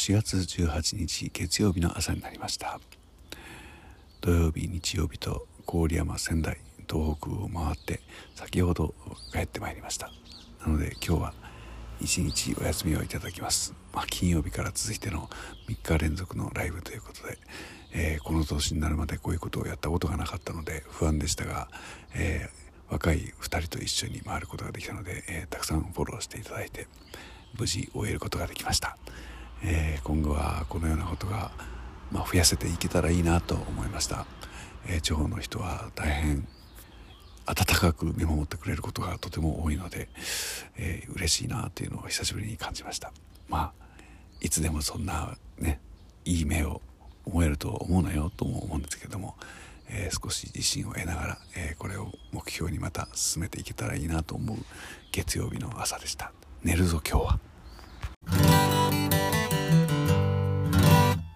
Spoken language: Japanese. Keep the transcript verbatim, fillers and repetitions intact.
しがつじゅうはちにち月曜日の朝になりました。土曜日日曜日と郡山仙台東北を回って先ほど帰ってまいりました。なので今日は一日お休みをいただきます。まあ、金曜日から続いてのみっか連続のライブということで、えー、この年になるまでこういうことをやったことがなかったので不安でしたが、えー、若いふたりと一緒に回ることができたので、えー、たくさんフォローしていただいて無事終えることができました。えー、今後はこのようなことが、まあ、増やせていけたらいいなと思いました。えー、地方の人は大変温かく見守ってくれることがとても多いので、えー、嬉しいなというのを久しぶりに感じました。まあいつでもそんなねいい目を思えると思うなよとも思うんですけども、えー、少し自信を得ながら、えー、これを目標にまた進めていけたらいいなと思う月曜日の朝でした。寝るぞ今日は。